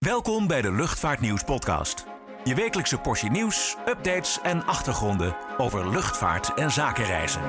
Welkom bij de Luchtvaartnieuws podcast. Je wekelijkse portie nieuws, updates en achtergronden over luchtvaart en zakenreizen.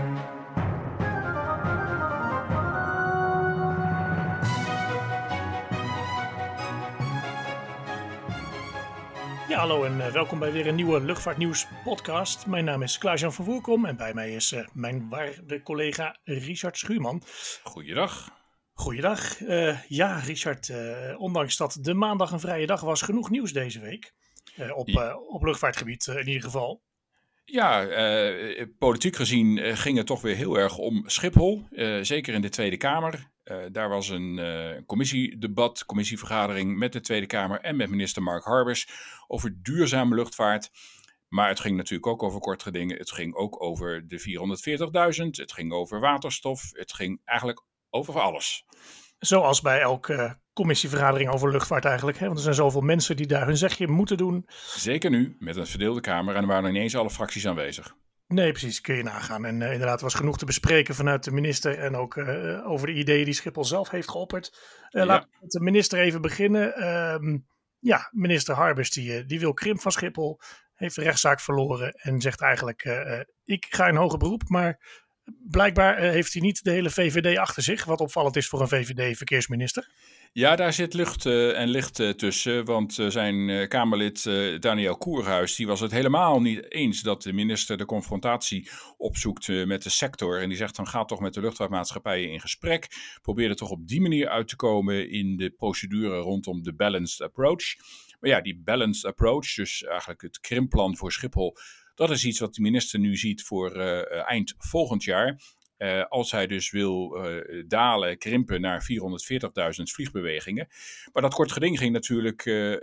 Ja, hallo en welkom bij weer een nieuwe Luchtvaartnieuws podcast. Mijn naam is Klaas-Jan van Voerkom en bij mij is mijn waarde collega Richard Schuurman. Goeiedag. Goeiedag. Ja, Richard, ondanks dat de maandag een vrije dag was, genoeg nieuws deze week. Op luchtvaartgebied in ieder geval. Ja, politiek gezien ging het toch weer heel erg om Schiphol. Zeker in de Tweede Kamer. Daar was een commissievergadering met de Tweede Kamer en met minister Mark Harbers over duurzame luchtvaart. Maar het ging natuurlijk ook over kortere dingen. Het ging ook over de 440.000. Het ging over waterstof. Het ging eigenlijk over alles. Zoals bij elke commissievergadering over luchtvaart eigenlijk. Hè? Want er zijn zoveel mensen die daar hun zegje moeten doen. Zeker nu, met een verdeelde Kamer. En er waren ineens alle fracties aanwezig. Nee, precies, kun je nagaan. En inderdaad, er was genoeg te bespreken vanuit de minister en ook over de ideeën die Schiphol zelf heeft geopperd. Laten we met de minister even beginnen. Minister Harbers die wil krimp van Schiphol, heeft de rechtszaak verloren en zegt eigenlijk, ik ga in hoger beroep, maar blijkbaar heeft hij niet de hele VVD achter zich, wat opvallend is voor een VVD-verkeersminister. Ja, daar zit lucht en licht tussen, want zijn Kamerlid Daniel Koerhuis die was het helemaal niet eens dat de minister de confrontatie opzoekt met de sector. En die zegt dan ga toch met de luchtvaartmaatschappijen in gesprek, probeer er toch op die manier uit te komen in de procedure rondom de balanced approach. Maar ja, die balanced approach, dus eigenlijk het krimplan voor Schiphol, dat is iets wat de minister nu ziet voor eind volgend jaar. Als hij dus wil krimpen naar 440.000 vliegbewegingen. Maar dat kort geding ging natuurlijk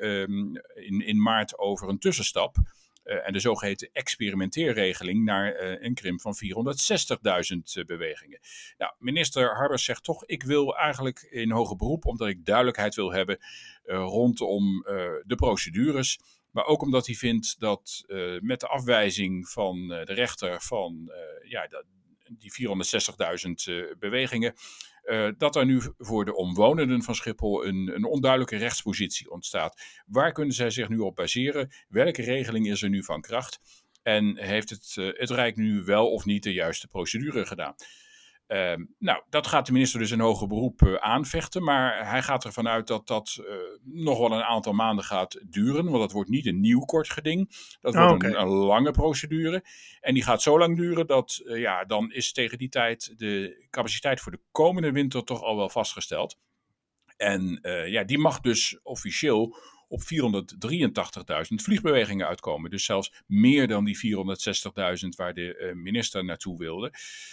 in maart over een tussenstap. En de zogeheten experimenteerregeling naar een krimp van 460.000 bewegingen. Nou, minister Harbers zegt toch, ik wil eigenlijk in hoger beroep, omdat ik duidelijkheid wil hebben rondom de procedures. Maar ook omdat hij vindt dat met de afwijzing van de rechter van die 460.000 bewegingen, dat er nu voor de omwonenden van Schiphol een onduidelijke rechtspositie ontstaat. Waar kunnen zij zich nu op baseren? Welke regeling is er nu van kracht? En heeft het Rijk nu wel of niet de juiste procedure gedaan? Dat gaat de minister dus in hoger beroep aanvechten, maar hij gaat ervan uit dat dat nog wel een aantal maanden gaat duren, want dat wordt niet een nieuw kort geding, dat wordt een lange procedure en die gaat zo lang duren dat dan is tegen die tijd de capaciteit voor de komende winter toch al wel vastgesteld. En die mag dus officieel op 483.000 vliegbewegingen uitkomen. Dus zelfs meer dan die 460.000 waar de minister naartoe wilde.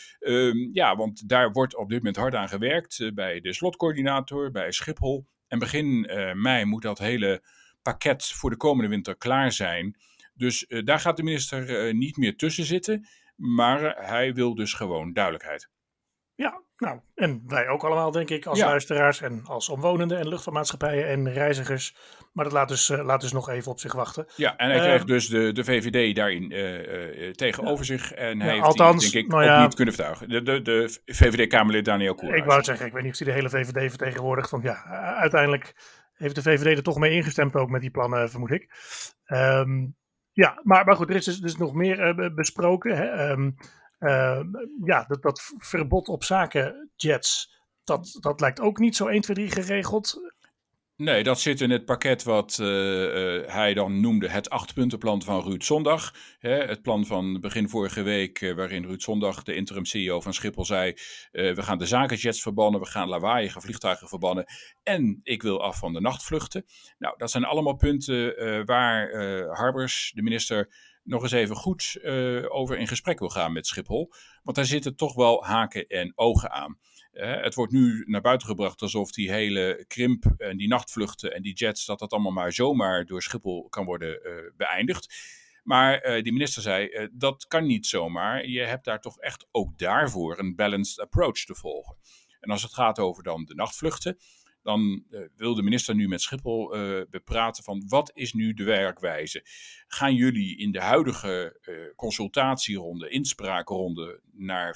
Want daar wordt op dit moment hard aan gewerkt bij de slotcoördinator, bij Schiphol. En begin mei moet dat hele pakket voor de komende winter klaar zijn. Dus daar gaat de minister niet meer tussen zitten. Maar hij wil dus gewoon duidelijkheid. Ja, nou, en wij ook allemaal, denk ik, als luisteraars en als omwonenden en luchtvaartmaatschappijen en reizigers. Maar dat laat dus nog even op zich wachten. Ja, en hij kreeg dus de VVD daarin tegenover zich. En hij heeft althans, die, denk ik, ook niet kunnen vertuigen. De VVD-Kamerlid Daniel Koerhuis. Ik wou het zeggen, ik weet niet of hij de hele VVD vertegenwoordigt. Want uiteindelijk heeft de VVD er toch mee ingestemd ook met die plannen, vermoed ik. Maar goed, er is dus nog meer besproken, hè. Dat verbod op zakenjets, dat lijkt ook niet zo 1, 2, 3 geregeld. Nee, dat zit in het pakket wat hij dan noemde het 8-puntenplan van Ruud Zondag. Het plan van begin vorige week waarin Ruud Zondag, de interim CEO van Schiphol, zei we gaan de zakenjets verbannen, we gaan lawaaiige vliegtuigen verbannen en ik wil af van de nachtvluchten. Nou, dat zijn allemaal punten waar Harbers, de minister, nog eens even goed over in gesprek wil gaan met Schiphol. Want daar zitten toch wel haken en ogen aan. Het wordt nu naar buiten gebracht alsof die hele krimp en die nachtvluchten en die jets, dat allemaal maar zomaar door Schiphol kan worden beëindigd. Maar die minister zei, dat kan niet zomaar. Je hebt daar toch echt ook daarvoor een balanced approach te volgen. En als het gaat over dan de nachtvluchten, dan wil de minister nu met Schiphol bepraten van wat is nu de werkwijze. Gaan jullie in de huidige consultatieronde, inspraakronde naar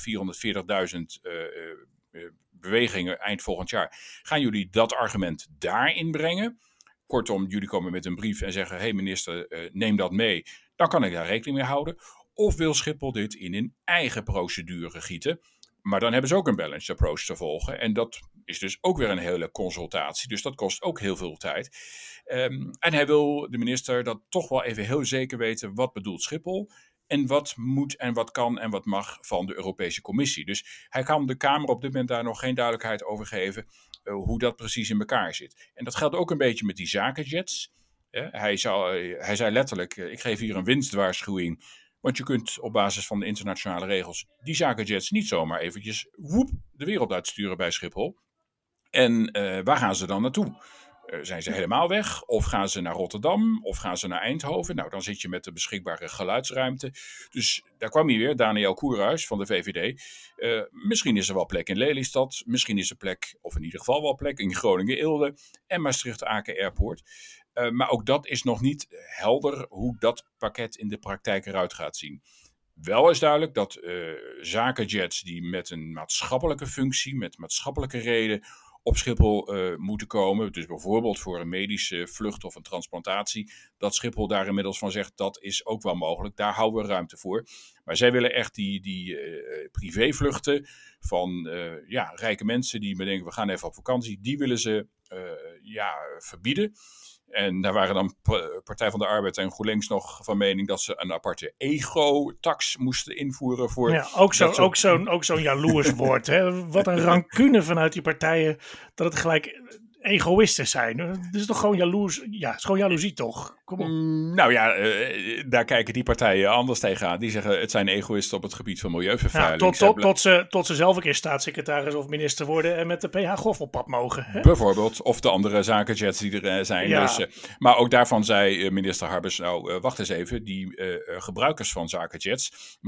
440.000 bewegingen eind volgend jaar, gaan jullie dat argument daarin brengen? kortom, jullie komen met een brief en zeggen, hey minister, neem dat mee. Dan kan ik daar rekening mee houden. Of wil Schiphol dit in een eigen procedure gieten? Maar dan hebben ze ook een balanced approach te volgen. En dat is dus ook weer een hele consultatie. Dus dat kost ook heel veel tijd. En hij wil, de minister, dat toch wel even heel zeker weten. Wat bedoelt Schiphol? En wat moet en wat kan en wat mag van de Europese Commissie. Dus hij kan de Kamer op dit moment daar nog geen duidelijkheid over geven. Hoe dat precies in elkaar zit. En dat geldt ook een beetje met die zakenjets. Hij zei letterlijk, ik geef hier een winstwaarschuwing. Want je kunt op basis van de internationale regels die zakenjets niet zomaar eventjes de wereld uitsturen bij Schiphol. En waar gaan ze dan naartoe? Zijn ze helemaal weg? Of gaan ze naar Rotterdam? Of gaan ze naar Eindhoven? Nou, dan zit je met de beschikbare geluidsruimte. Dus daar kwam hij weer, Daniel Koerhuis van de VVD. Misschien is er wel plek in Lelystad. Misschien is er plek, of in ieder geval wel plek, in Groningen-Eelde en Maastricht-Aken Airport. Maar ook dat is nog niet helder hoe dat pakket in de praktijk eruit gaat zien. Wel is duidelijk dat zakenjets die met een maatschappelijke functie, met maatschappelijke reden op Schiphol moeten komen. Dus bijvoorbeeld voor een medische vlucht of een transplantatie. Dat Schiphol daar inmiddels van zegt, dat is ook wel mogelijk. Daar houden we ruimte voor. Maar zij willen echt die privévluchten van rijke mensen die bedenken, we gaan even op vakantie. Die willen ze verbieden. En daar waren dan Partij van de Arbeid en GroenLinks nog van mening dat ze een aparte ego-tax moesten invoeren voor... Ja, ook zo'n jaloers woord. Hè? Wat een rancune vanuit die partijen dat het gelijk egoïsten zijn. Het is toch gewoon jaloers? Ja, het is gewoon jaloezie toch? Kom op. Daar kijken die partijen anders tegenaan. Die zeggen het zijn egoïsten op het gebied van milieuvervuiling. Tot ze zelf een keer staatssecretaris of minister worden en met de PH Gof op pad mogen. Hè? Bijvoorbeeld, of de andere zakenjets die er zijn. Ja. Dus, maar ook daarvan zei minister Harbers, wacht eens even, die gebruikers van zakenjets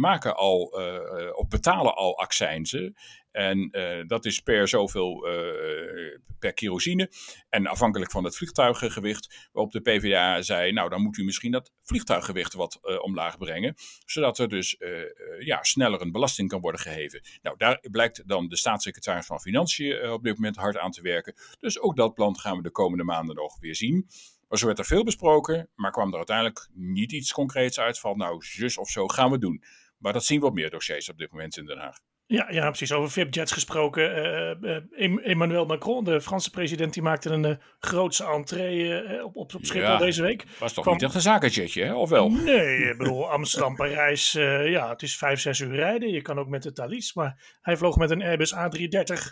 betalen al accijnzen. En dat is per zoveel per kerosine. En afhankelijk van het vliegtuiggewicht. Waarop de PvdA zei, nou dan moet u misschien dat vliegtuiggewicht wat omlaag brengen. Zodat er dus sneller een belasting kan worden geheven. Nou, daar blijkt dan de staatssecretaris van Financiën op dit moment hard aan te werken. Dus ook dat plan gaan we de komende maanden nog weer zien. Maar zo werd er veel besproken, maar kwam er uiteindelijk niet iets concreets uit van, nou zus of zo gaan we doen. Maar dat zien we op meer dossiers op dit moment in Den Haag. Ja, precies. Over VIP-jets gesproken. Emmanuel Macron, de Franse president, die maakte een grootse entree op Schiphol deze week. Was toch niet echt een zakenjetje, hè? Of wel? Nee, ik bedoel, Amsterdam-Parijs, het is 5-6 uur rijden. Je kan ook met de Thalys, maar hij vloog met een Airbus A330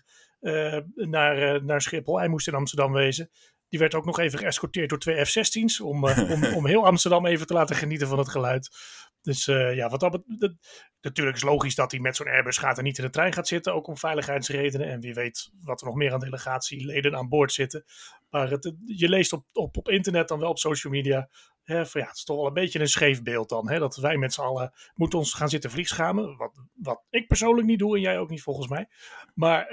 naar Schiphol. Hij moest in Amsterdam wezen. Die werd ook nog even geëscorteerd door 2 F-16's om heel Amsterdam even te laten genieten van het geluid. Dus natuurlijk is logisch dat hij met zo'n Airbus gaat en niet in de trein gaat zitten, ook om veiligheidsredenen. En wie weet wat er nog meer aan delegatieleden aan boord zitten. Maar je leest op internet dan wel op social media. Het is toch wel een beetje een scheef beeld dan. Hè, dat wij met z'n allen moeten ons gaan zitten vliegschamen. Wat ik persoonlijk niet doe en jij ook niet volgens mij. Maar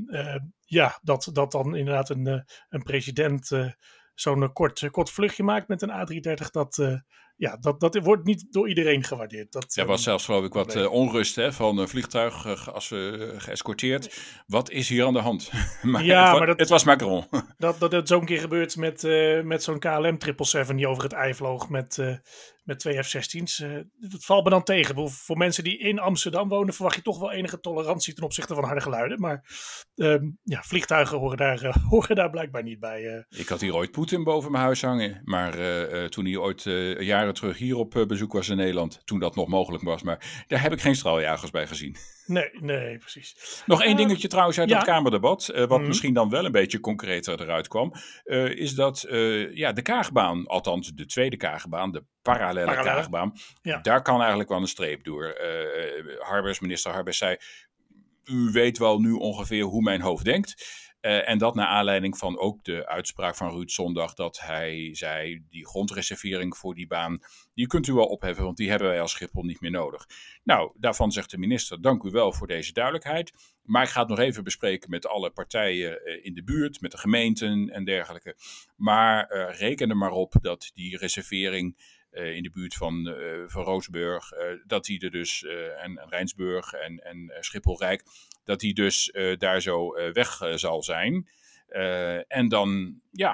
dat dan inderdaad een president zo'n kort vluchtje maakt met een A330. Dat wordt niet door iedereen gewaardeerd. Er was zelfs geloof ik wat onrust van een vliegtuig als geëscorteerd. Wat is hier aan de hand? Het was Macron. Dat het zo'n keer gebeurt met zo'n KLM 777 die over het ei vloog met 2 F-16's. Dat valt me dan tegen. Voor mensen die in Amsterdam wonen verwacht je toch wel enige tolerantie ten opzichte van harde geluiden. Maar vliegtuigen horen daar blijkbaar niet bij. Ik had hier ooit Poetin boven mijn huis hangen. Maar toen hij ooit jaren terug hier op bezoek was in Nederland, toen dat nog mogelijk was. Maar daar heb ik geen straaljagers bij gezien. Nee, precies. Nog één dingetje trouwens uit het Kamerdebat, wat misschien dan wel een beetje concreter eruit kwam, is dat de Kaagbaan, althans de tweede Kaagbaan, de parallele Kaagbaan, daar kan eigenlijk wel een streep door. Minister Harbers zei, u weet wel nu ongeveer hoe mijn hoofd denkt. En dat naar aanleiding van ook de uitspraak van Ruud Zondag, dat hij zei, die grondreservering voor die baan, die kunt u wel opheffen, want die hebben wij als Schiphol niet meer nodig. Nou, daarvan zegt de minister, dank u wel voor deze duidelijkheid. Maar ik ga het nog even bespreken met alle partijen in de buurt, met de gemeenten en dergelijke. Maar reken er maar op dat die reservering in de buurt van Roosburg, dat die er dus, en Rijnsburg en Schiphol-Rijk, dat die dus daar zo weg zal zijn. En dan,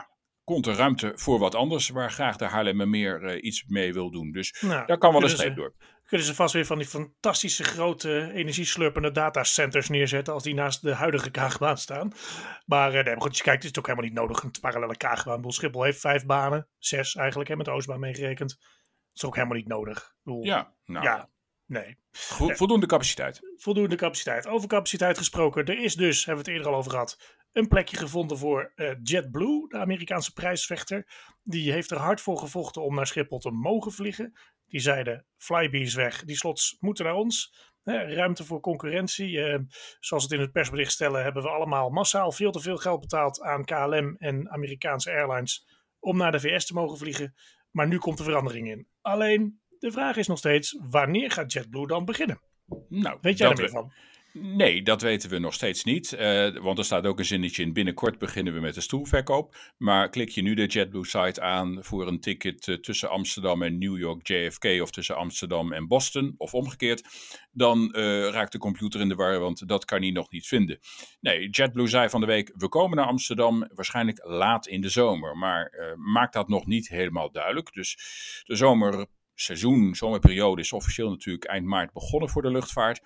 komt er ruimte voor wat anders, waar graag de Haarlemmermeer iets mee wil doen. Dus Nou, daar kan wel een streep door. Kunnen ze vast weer van die fantastische grote energieslurpende datacenters neerzetten als die naast de huidige Kaagbaan staan. Maar nee, maar goed, als je kijkt, is het ook helemaal niet nodig, een parallele Kaagbaan. Ik bedoel, Schiphol heeft 5 banen, 6 eigenlijk, met de Oostbaan meegerekend. Dat is ook helemaal niet nodig. Ik bedoel, nee. Voldoende capaciteit. Voldoende capaciteit. Over capaciteit gesproken, er is dus, hebben we het eerder al over gehad, een plekje gevonden voor JetBlue, de Amerikaanse prijsvechter. Die heeft er hard voor gevochten om naar Schiphol te mogen vliegen. Die zeiden, Flybe weg, die slots moeten naar ons. Ruimte voor concurrentie. Zoals het in het persbericht stellen, hebben we allemaal massaal veel te veel geld betaald aan KLM en Amerikaanse airlines om naar de VS te mogen vliegen. Maar nu komt de verandering in. Alleen, de vraag is nog steeds, wanneer gaat JetBlue dan beginnen? Nou, weet jij er meer van? Nee, dat weten we nog steeds niet. Want er staat ook een zinnetje in. Binnenkort beginnen we met de stoelverkoop. Maar klik je nu de JetBlue-site aan voor een ticket tussen Amsterdam en New York JFK of tussen Amsterdam en Boston of omgekeerd, dan raakt de computer in de war, want dat kan hij nog niet vinden. Nee, JetBlue zei van de week, we komen naar Amsterdam waarschijnlijk laat in de zomer. Maar maakt dat nog niet helemaal duidelijk. Dus de zomerperiode is officieel natuurlijk eind maart begonnen voor de luchtvaart.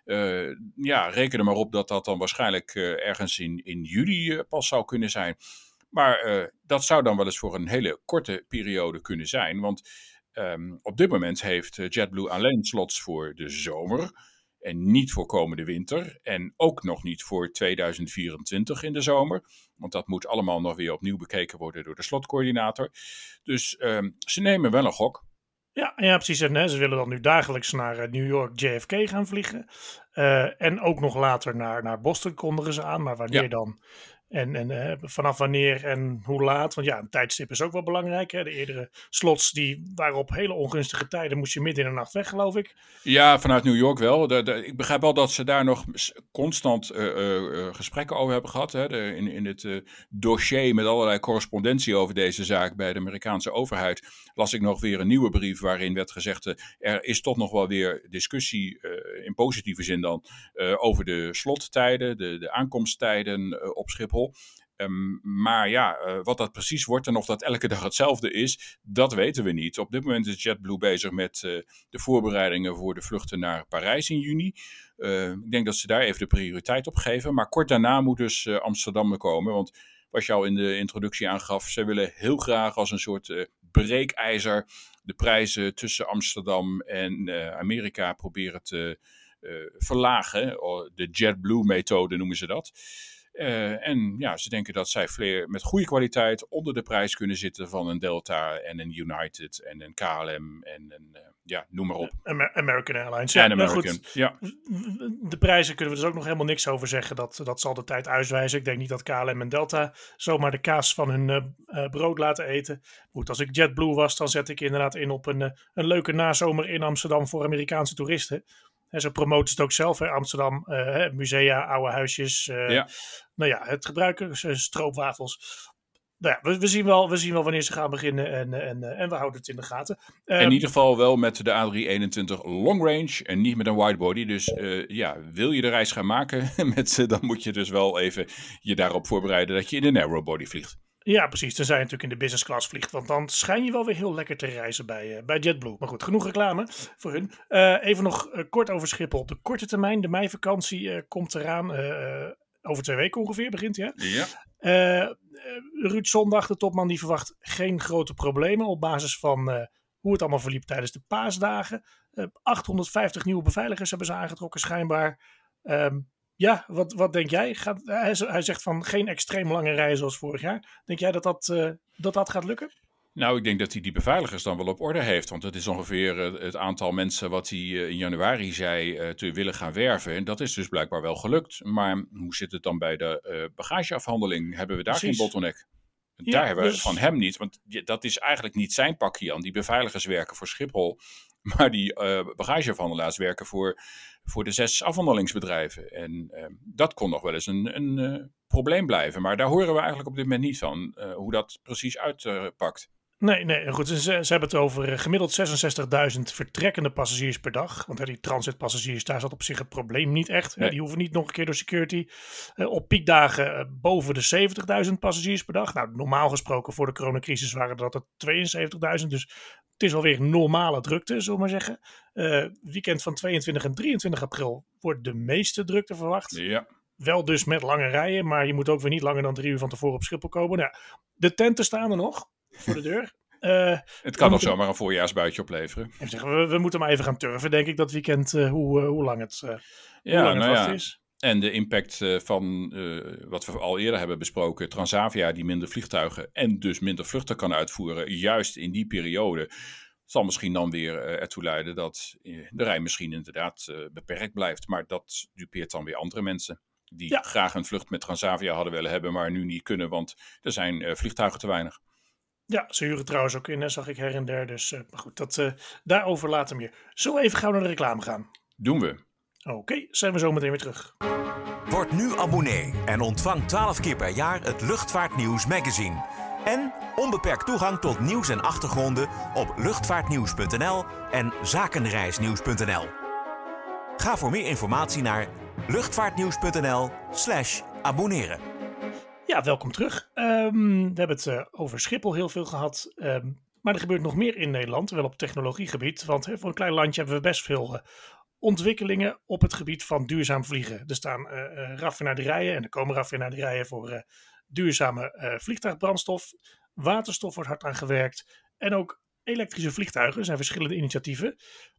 Reken er maar op dat dat dan waarschijnlijk ergens in juli pas zou kunnen zijn. Maar dat zou dan wel eens voor een hele korte periode kunnen zijn. Want op dit moment heeft JetBlue alleen slots voor de zomer. En niet voor komende winter. En ook nog niet voor 2024 in de zomer. Want dat moet allemaal nog weer opnieuw bekeken worden door de slotcoördinator. Dus ze nemen wel een gok. Ja, precies. En ze willen dan nu dagelijks naar New York JFK gaan vliegen. En ook nog later naar Boston kondigen ze aan. Maar wanneer dan? En vanaf wanneer en hoe laat? Want ja, een tijdstip is ook wel belangrijk. Hè? De eerdere slots die waren op hele ongunstige tijden. Moest je midden in de nacht weg, geloof ik. Ja, vanuit New York wel. Ik begrijp wel dat ze daar nog constant gesprekken over hebben gehad. Hè? In het dossier met allerlei correspondentie over deze zaak bij de Amerikaanse overheid las ik nog weer een nieuwe brief waarin werd gezegd er is toch nog wel weer discussie in positieve zin dan over de slottijden, de aankomsttijden op Schiphol. Maar ja, wat dat precies wordt en of dat elke dag hetzelfde is, dat weten we niet. Op dit moment is JetBlue bezig met de voorbereidingen voor de vluchten naar Parijs in juni. Ik denk dat ze daar even de prioriteit op geven. Maar kort daarna moet dus Amsterdam komen. Want wat je al in de introductie aangaf, ze willen heel graag als een soort breekijzer de prijzen tussen Amsterdam en Amerika proberen te verlagen. De JetBlue-methode noemen ze dat. En ja, ze denken dat zij met goede kwaliteit onder de prijs kunnen zitten van een Delta en een United en een KLM en een, noem maar op. American Airlines. Ja, American, goed. Ja. De prijzen kunnen we dus ook nog helemaal niks over zeggen. Dat zal de tijd uitwijzen. Ik denk niet dat KLM en Delta zomaar de kaas van hun brood laten eten. Goed, als ik JetBlue was, dan zet ik inderdaad in op een leuke nazomer in Amsterdam voor Amerikaanse toeristen. En zo promoten ze het ook zelf, hè? Amsterdam, musea, oude huisjes. Nou ja, het gebruiken, stroopwafels. Nou ja, we zien wel wanneer ze gaan beginnen en we houden het in de gaten. In ieder geval wel met de A321 long range en niet met een widebody. Dus wil je de reis gaan maken, dan moet je dus wel even je daarop voorbereiden dat je in de narrowbody vliegt. Ja, precies. Tenzij je natuurlijk in de business class vliegt. Want dan schijn je wel weer heel lekker te reizen bij JetBlue. Maar goed, genoeg reclame voor hun. Even nog kort over Schiphol. Op de korte termijn, de meivakantie komt eraan. Over 2 weken ongeveer begint hij. Ja. Ruud Zondag, de topman, die verwacht geen grote problemen op basis van hoe het allemaal verliep tijdens de paasdagen. 850 nieuwe beveiligers hebben ze aangetrokken schijnbaar. Wat denk jij? Hij zegt van geen extreem lange reizen zoals vorig jaar. Denk jij dat gaat lukken? Nou, ik denk dat hij die beveiligers dan wel op orde heeft. Want het is ongeveer het aantal mensen wat hij in januari zei te willen gaan werven. En dat is dus blijkbaar wel gelukt. Maar hoe zit het dan bij de bagageafhandeling? Hebben we daar geen bottleneck? Daar hebben we het van hem niet. Want dat is eigenlijk niet zijn pakje aan. Die beveiligers werken voor Schiphol. Maar die bagageafhandelaars werken voor de 6 afhandelingsbedrijven. En dat kon nog wel eens een probleem blijven. Maar daar horen we eigenlijk op dit moment niet van. Hoe dat precies uitpakt. Nee, goed. Ze hebben het over gemiddeld 66.000 vertrekkende passagiers per dag. Want die transitpassagiers, daar zat op zich het probleem niet echt. Nee. Die hoeven niet nog een keer door security. Op piekdagen boven de 70.000 passagiers per dag. Nou, normaal gesproken voor de coronacrisis waren dat er 72.000. Dus het is alweer normale drukte, zullen we maar zeggen. Weekend van 22 en 23 april wordt de meeste drukte verwacht. Ja. Wel dus met lange rijen, maar je moet ook weer niet langer dan 3 uur van tevoren op Schiphol komen. Nou, de tenten staan er nog voor de deur. Het kan nog zomaar een voorjaarsbuitje opleveren. Even zeggen, we moeten maar even gaan turven, denk ik, dat weekend, hoe lang het wachten is. En de impact van wat we al eerder hebben besproken, Transavia die minder vliegtuigen en dus minder vluchten kan uitvoeren, juist in die periode, zal misschien dan weer ertoe leiden dat de rij misschien inderdaad beperkt blijft. Maar dat dupeert dan weer andere mensen die graag een vlucht met Transavia hadden willen hebben, maar nu niet kunnen, want er zijn vliegtuigen te weinig. Ja, ze huren trouwens ook in, zag ik her en der. Dus maar goed, daarover later meer. Zullen we even gauw naar de reclame gaan? Doen we. Oké, zijn we zo meteen weer terug. Word nu abonnee en ontvang 12 keer per jaar het Luchtvaartnieuws magazine. En onbeperkt toegang tot nieuws en achtergronden op luchtvaartnieuws.nl en zakenreisnieuws.nl. Ga voor meer informatie naar luchtvaartnieuws.nl/abonneren. Ja, welkom terug. We hebben het over Schiphol heel veel gehad. Maar er gebeurt nog meer in Nederland, wel op technologiegebied. Want voor een klein landje hebben we best veel ontwikkelingen op het gebied van duurzaam vliegen. Er staan raffinaderijen en er komen raffinaderijen voor duurzame vliegtuigbrandstof. Waterstof wordt hard aan gewerkt. En ook elektrische vliegtuigen. Er zijn verschillende initiatieven.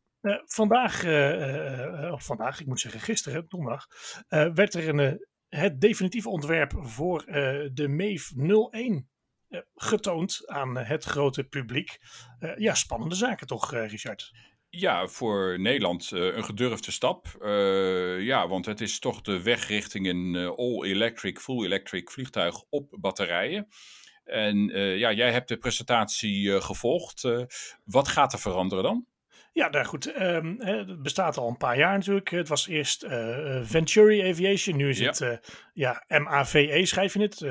Ik moet zeggen gisteren, donderdag, werd er het definitieve ontwerp voor de MEV 01 getoond aan het grote publiek. Spannende zaken toch, Richard? Ja, voor Nederland een gedurfde stap. Want het is toch de weg richting een all-electric, full-electric vliegtuig op batterijen. En jij hebt de presentatie gevolgd. Wat gaat er veranderen dan? Ja, nou goed. Het bestaat al een paar jaar natuurlijk. Het was eerst Venturi Aviation. Nu is het MAVE, schrijf je het?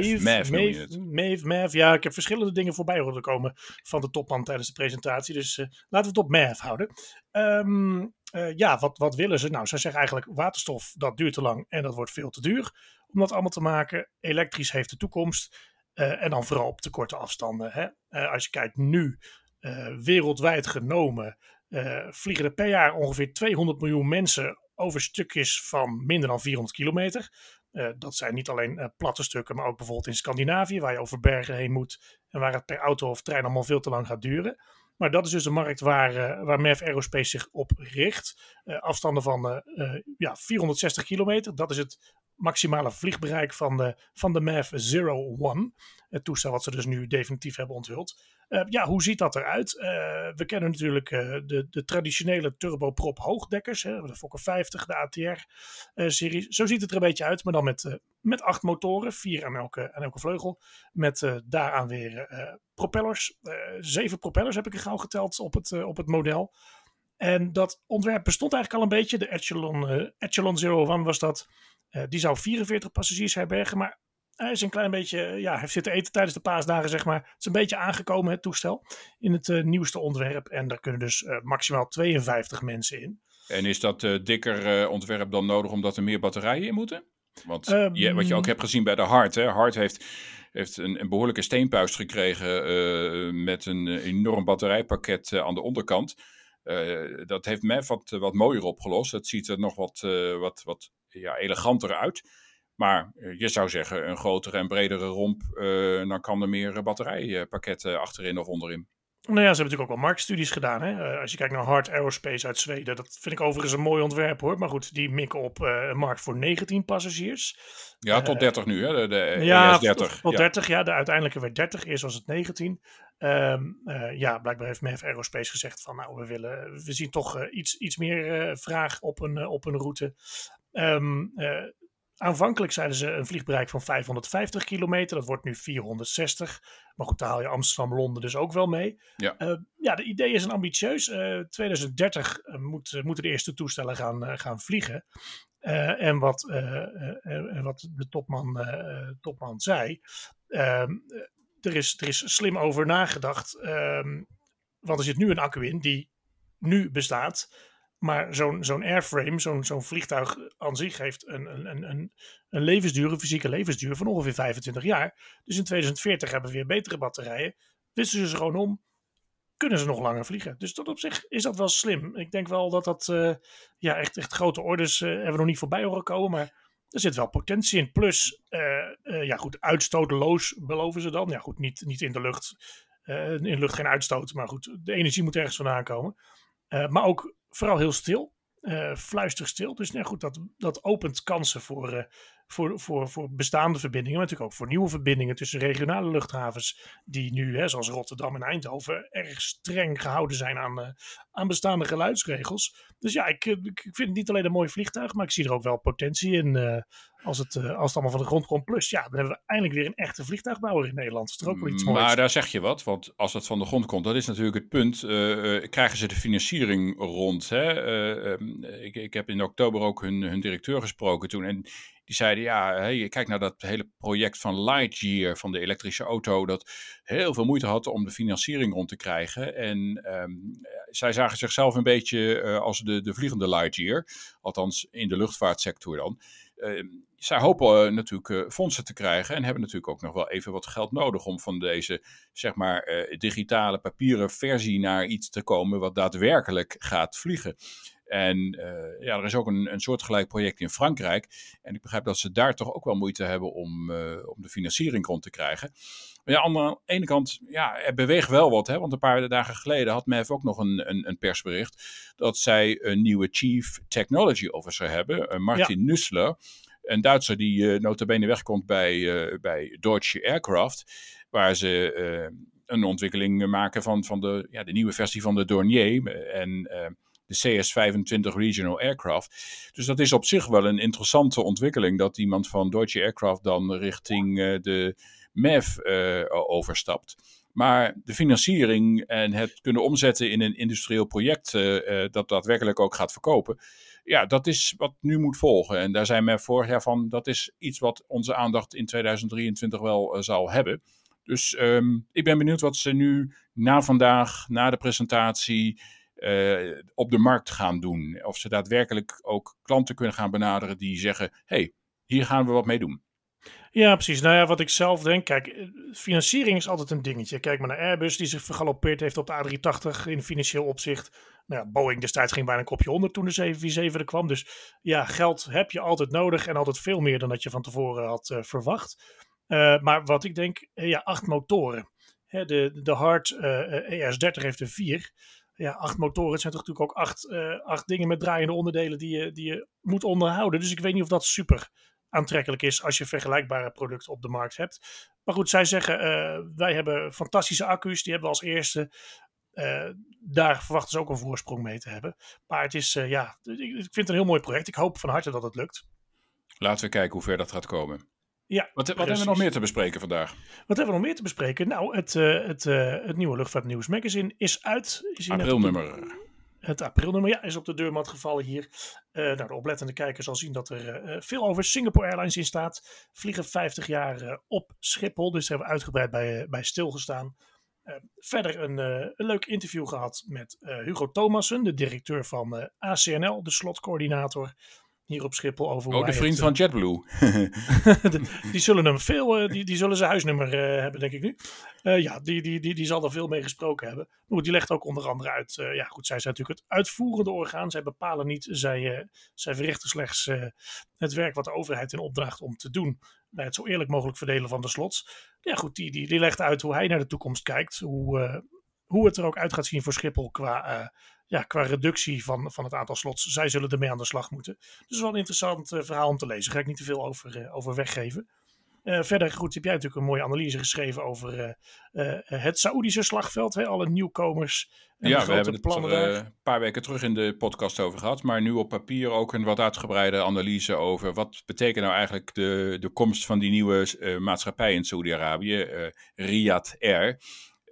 MAV. Ja, ik heb verschillende dingen voorbij horen komen van de topman tijdens de presentatie. Dus laten we het op MAV houden. Wat willen ze? Nou, zij zeggen eigenlijk waterstof, dat duurt te lang en dat wordt veel te duur om dat allemaal te maken. Elektrisch heeft de toekomst. En dan vooral op te korte afstanden. Hè? Als je kijkt nu, wereldwijd genomen, vliegen er per jaar ongeveer 200 miljoen mensen over stukjes van minder dan 400 kilometer. Dat zijn niet alleen platte stukken, maar ook bijvoorbeeld in Scandinavië, waar je over bergen heen moet en waar het per auto of trein allemaal veel te lang gaat duren. Maar dat is dus de markt waar MEF Aerospace zich op richt. Afstanden van 460 kilometer, dat is het maximale vliegbereik van de MEF 01. Het toestel wat ze dus nu definitief hebben onthuld. Hoe ziet dat eruit? We kennen natuurlijk de traditionele turboprop hoogdekkers. De Fokker 50, de ATR-serie. Zo ziet het er een beetje uit, maar dan met 8 motoren. 4 aan elke vleugel. Met daaraan weer propellers. 7 propellers heb ik er gauw geteld op het model. En dat ontwerp bestond eigenlijk al een beetje. De Echelon 01 was dat. Die zou 44 passagiers herbergen, maar hij is een klein beetje, heeft zitten eten tijdens de paasdagen, zeg maar. Het is een beetje aangekomen, het toestel, in het nieuwste ontwerp. En daar kunnen dus maximaal 52 mensen in. En is dat dikker ontwerp dan nodig omdat er meer batterijen in moeten? Want wat je ook hebt gezien bij de Hart. Hè? Hart heeft een behoorlijke steenpuist gekregen met een enorm batterijpakket aan de onderkant. Dat heeft MEF wat mooier opgelost. Het ziet er nog wat eleganter uit. Maar je zou zeggen, een grotere en bredere romp, dan kan er meer batterijpakketten achterin of onderin. Nou ja, ze hebben natuurlijk ook wel marktstudies gedaan. Hè? Als je kijkt naar Hart Aerospace uit Zweden, dat vind ik overigens een mooi ontwerp hoor. Maar goed, die mikken op een markt voor 19 passagiers. Ja, tot 30 nu hè, de ES30. Tot 30, ja. De uiteindelijke werd 30, eerst was het 19. Blijkbaar heeft MEF Aerospace gezegd van nou, we zien toch iets meer vraag op een route. Aanvankelijk zeiden ze een vliegbereik van 550 kilometer. Dat wordt nu 460. Maar goed, daar haal je Amsterdam-Londen dus ook wel mee. Ja. De idee is een ambitieus. 2030 moeten de eerste toestellen gaan vliegen. En wat de topman zei. er is slim over nagedacht. Want er zit nu een accu in die nu bestaat. Maar zo'n airframe, zo'n vliegtuig aan zich heeft een levensduur, een fysieke levensduur van ongeveer 25 jaar. Dus in 2040 hebben we weer betere batterijen. Wisten ze gewoon om, kunnen ze nog langer vliegen. Dus tot op zich is dat wel slim. Ik denk wel dat echt grote orders hebben we nog niet voorbij horen komen. Maar er zit wel potentie in. Plus, uitstootloos beloven ze dan. Ja goed, niet in de lucht. In de lucht geen uitstoot. Maar goed, de energie moet ergens vandaan komen. Maar ook vooral heel stil. Fluisterstil. Dus goed, dat opent kansen voor bestaande verbindingen. Maar natuurlijk ook voor nieuwe verbindingen tussen regionale luchthavens. Die nu, zoals Rotterdam en Eindhoven, erg streng gehouden zijn aan bestaande geluidsregels. Dus ja, ik vind het niet alleen een mooi vliegtuig. Maar ik zie er ook wel potentie in. Als het allemaal van de grond komt. Plus, ja, dan hebben we eindelijk weer een echte vliegtuigbouwer in Nederland. Dat is toch ook wel iets moois. Maar daar zeg je wat, want als het van de grond komt, dat is natuurlijk het punt. Krijgen ze de financiering rond? Hè? Ik heb in oktober ook hun directeur gesproken toen. En die zeiden, je kijkt naar dat hele project van Lightyear, van de elektrische auto, dat heel veel moeite had om de financiering rond te krijgen. En zij zagen zichzelf een beetje als de vliegende Lightyear. Althans, in de luchtvaartsector dan. Zij hopen natuurlijk fondsen te krijgen en hebben natuurlijk ook nog wel even wat geld nodig om van deze, zeg maar, digitale papieren versie naar iets te komen wat daadwerkelijk gaat vliegen. En er is ook een soortgelijk project in Frankrijk. En ik begrijp dat ze daar toch ook wel moeite hebben om de financiering rond te krijgen. Maar aan de ene kant, er beweegt wel wat. Hè? Want een paar dagen geleden had MEF ook nog een persbericht dat zij een nieuwe Chief Technology Officer hebben, Martin Nussler. Een Duitser die nota bene wegkomt bij Deutsche Aircraft, waar ze een ontwikkeling maken van de nieuwe versie van de Dornier en de CS-25 Regional Aircraft. Dus dat is op zich wel een interessante ontwikkeling, dat iemand van Deutsche Aircraft dan richting de MEF overstapt. Maar de financiering en het kunnen omzetten in een industrieel project dat daadwerkelijk ook gaat verkopen, dat is wat nu moet volgen. En daar zijn we vorig jaar van, dat is iets wat onze aandacht in 2023 wel zal hebben. Dus ik ben benieuwd wat ze nu na vandaag, na de presentatie, op de markt gaan doen. Of ze daadwerkelijk ook klanten kunnen gaan benaderen die zeggen, hier gaan we wat mee doen. Ja, precies. Nou ja, wat ik zelf denk, kijk, financiering is altijd een dingetje. Kijk maar naar Airbus, die zich vergalopeerd heeft op de A380 in financieel opzicht. Nou ja, Boeing destijds ging bijna een kopje onder toen de 747 er kwam. Dus ja, geld heb je altijd nodig en altijd veel meer dan dat je van tevoren had verwacht. Maar wat ik denk, 8 motoren. De Hart ES-30 heeft er 4. Ja, 8 motoren. Het zijn toch natuurlijk ook 8 dingen met draaiende onderdelen die je moet onderhouden. Dus ik weet niet of dat super aantrekkelijk is als je vergelijkbare producten op de markt hebt. Maar goed, zij zeggen, wij hebben fantastische accu's, die hebben we als eerste. Daar verwachten ze ook een voorsprong mee te hebben. Maar het is, ik vind het een heel mooi project. Ik hoop van harte dat het lukt. Laten we kijken hoe ver dat gaat komen. Ja, wat hebben we nog meer te bespreken vandaag? Wat hebben we nog meer te bespreken? Nou, het nieuwe Luchtvaartnieuws magazine is uit. Aprilnummer. Het aprilnummer is op de deurmat gevallen hier. De oplettende kijker zal zien dat er veel over Singapore Airlines in staat. Vliegen 50 jaar op Schiphol, dus daar hebben we uitgebreid bij stilgestaan. Verder een leuk interview gehad met Hugo Thomassen, de directeur van ACNL, de slotcoördinator hier op Schiphol. Over de vriend van JetBlue. Die zullen hem die zullen zijn huisnummer hebben, denk ik nu. Die zal er veel mee gesproken hebben. Maar die legt ook onder andere uit, zij zijn natuurlijk het uitvoerende orgaan. Zij bepalen niet, zij verrichten slechts het werk wat de overheid in opdraagt om te doen bij het zo eerlijk mogelijk verdelen van de slots. Ja goed, die legt uit hoe hij naar de toekomst kijkt, hoe het er ook uit gaat zien voor Schiphol qua reductie van het aantal slots. Zij zullen ermee aan de slag moeten. Dus wel een interessant verhaal om te lezen. Daar ga ik niet te veel over weggeven. Verder goed, heb jij natuurlijk een mooie analyse geschreven over het Saoedische slagveld. Alle nieuwkomers. En we hebben het er een paar weken terug in de podcast over gehad. Maar nu op papier ook een wat uitgebreide analyse over wat betekent nou eigenlijk de komst van die nieuwe maatschappij in Saoedi-Arabië, Riyadh Air.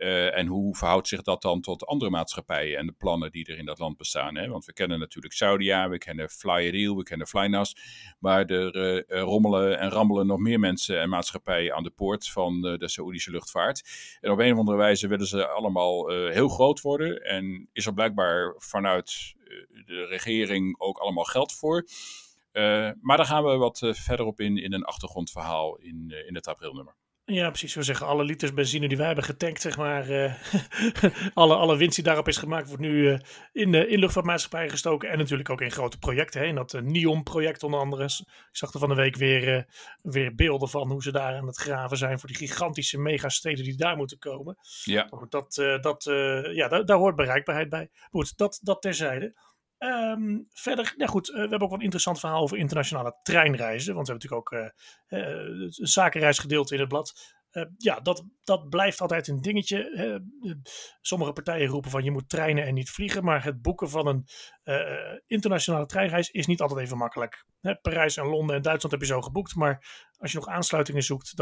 En hoe verhoudt zich dat dan tot andere maatschappijen en de plannen die er in dat land bestaan? Hè? Want we kennen natuurlijk Saudia, we kennen Flyadeal, we kennen Flynas. Maar er rommelen en rammelen nog meer mensen en maatschappijen aan de poort van de Saoedische luchtvaart. En op een of andere wijze willen ze allemaal heel groot worden. En is er blijkbaar vanuit de regering ook allemaal geld voor. Maar daar gaan we wat verder op in een achtergrondverhaal in het aprilnummer. Ja, precies. We zeggen alle liters benzine die wij hebben getankt, zeg maar. Alle winst die daarop is gemaakt, wordt nu in luchtvaartmaatschappijen gestoken. En natuurlijk ook in grote projecten. Hè? In dat NEOM-project onder andere. Ik zag er van de week weer beelden van hoe ze daar aan het graven zijn voor die gigantische megasteden die daar moeten komen. Ja. Daar hoort bereikbaarheid bij. Goed, dat terzijde. Verder, nou goed, we hebben ook wel een interessant verhaal over internationale treinreizen. Want we hebben natuurlijk ook een zakenreisgedeelte in het blad. Dat blijft altijd een dingetje. Sommige partijen roepen van je moet treinen en niet vliegen. Maar het boeken van een internationale treinreis is niet altijd even makkelijk. Parijs en Londen en Duitsland heb je zo geboekt. Maar als je nog aansluitingen zoekt,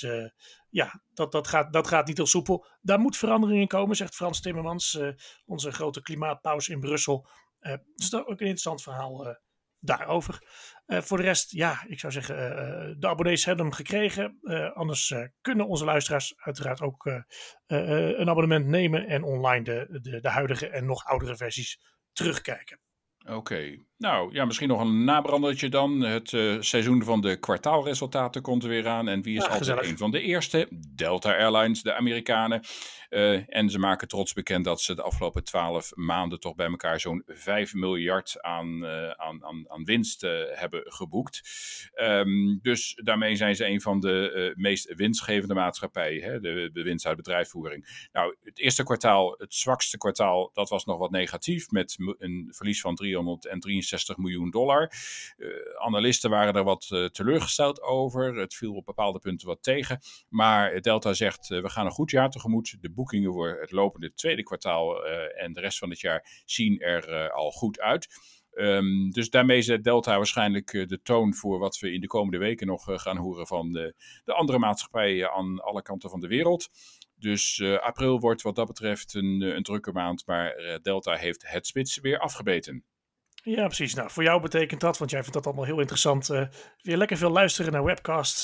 dat gaat niet heel soepel. Daar moet verandering in komen, zegt Frans Timmermans. Onze grote klimaatpaus in Brussel. Dus dat is ook een interessant verhaal daarover. Voor de rest, ik zou zeggen, de abonnees hebben hem gekregen. Anders kunnen onze luisteraars uiteraard ook een abonnement nemen en online de huidige en nog oudere versies terugkijken. Oké. Nou, ja, misschien nog een nabrandertje dan. Het seizoen van de kwartaalresultaten komt er weer aan. En wie is altijd gezellig. een van de eerste? Delta Airlines, de Amerikanen. En ze maken trots bekend dat ze de afgelopen 12 maanden toch bij elkaar zo'n 5 miljard aan winst hebben geboekt. Dus daarmee zijn ze een van de meest winstgevende maatschappijen. Hè? De winst uit bedrijfsvoering. Nou, het eerste kwartaal, het zwakste kwartaal, dat was nog wat negatief. Met een verlies van $363 miljoen. Analisten waren er wat teleurgesteld over. Het viel op bepaalde punten wat tegen. Maar Delta zegt, we gaan een goed jaar tegemoet. De boekingen voor het lopende tweede kwartaal en de rest van het jaar zien er al goed uit. Dus daarmee zet Delta waarschijnlijk de toon voor wat we in de komende weken nog gaan horen van de andere maatschappijen aan alle kanten van de wereld. Dus april wordt wat dat betreft een drukke maand, maar Delta heeft het spits weer afgebeten. Ja, precies. Nou, voor jou betekent dat, want jij vindt dat allemaal heel interessant, weer lekker veel luisteren naar webcasts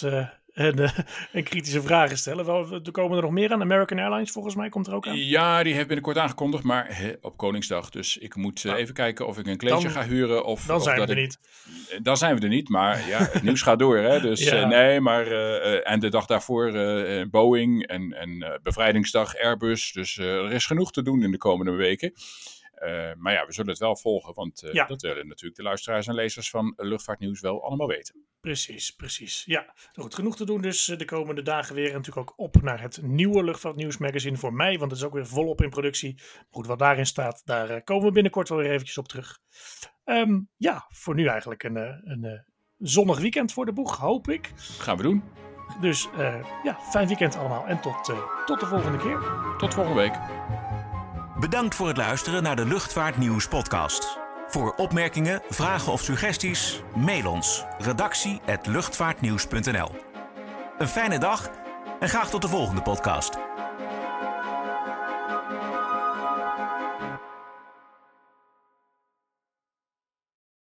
en kritische vragen stellen. Er komen er nog meer aan. American Airlines volgens mij komt er ook aan. Ja, die heeft binnenkort aangekondigd, maar op Koningsdag. Dus ik moet even kijken of ik een kleedje ga huren. Dan zijn we er niet. Dan zijn we er niet, maar ja, het nieuws gaat door. Hè? Dus nee, maar en de dag daarvoor Boeing en bevrijdingsdag Airbus. Dus er is genoeg te doen in de komende weken. Maar ja, we zullen het wel volgen, want dat willen natuurlijk de luisteraars en lezers van Luchtvaartnieuws wel allemaal weten. Precies. Ja, goed, genoeg te doen dus de komende dagen weer. En natuurlijk ook op naar het nieuwe Luchtvaartnieuws magazine voor mei, want het is ook weer volop in productie. Goed, wat daarin staat, daar komen we binnenkort wel weer eventjes op terug. Voor nu eigenlijk een zonnig weekend voor de boeg, hoop ik. Gaan we doen. Dus fijn weekend allemaal en tot de volgende keer. Tot volgende week. Bedankt voor het luisteren naar de Luchtvaartnieuws podcast. Voor opmerkingen, vragen of suggesties, mail ons redactie@luchtvaartnieuws.nl. Een fijne dag en graag tot de volgende podcast.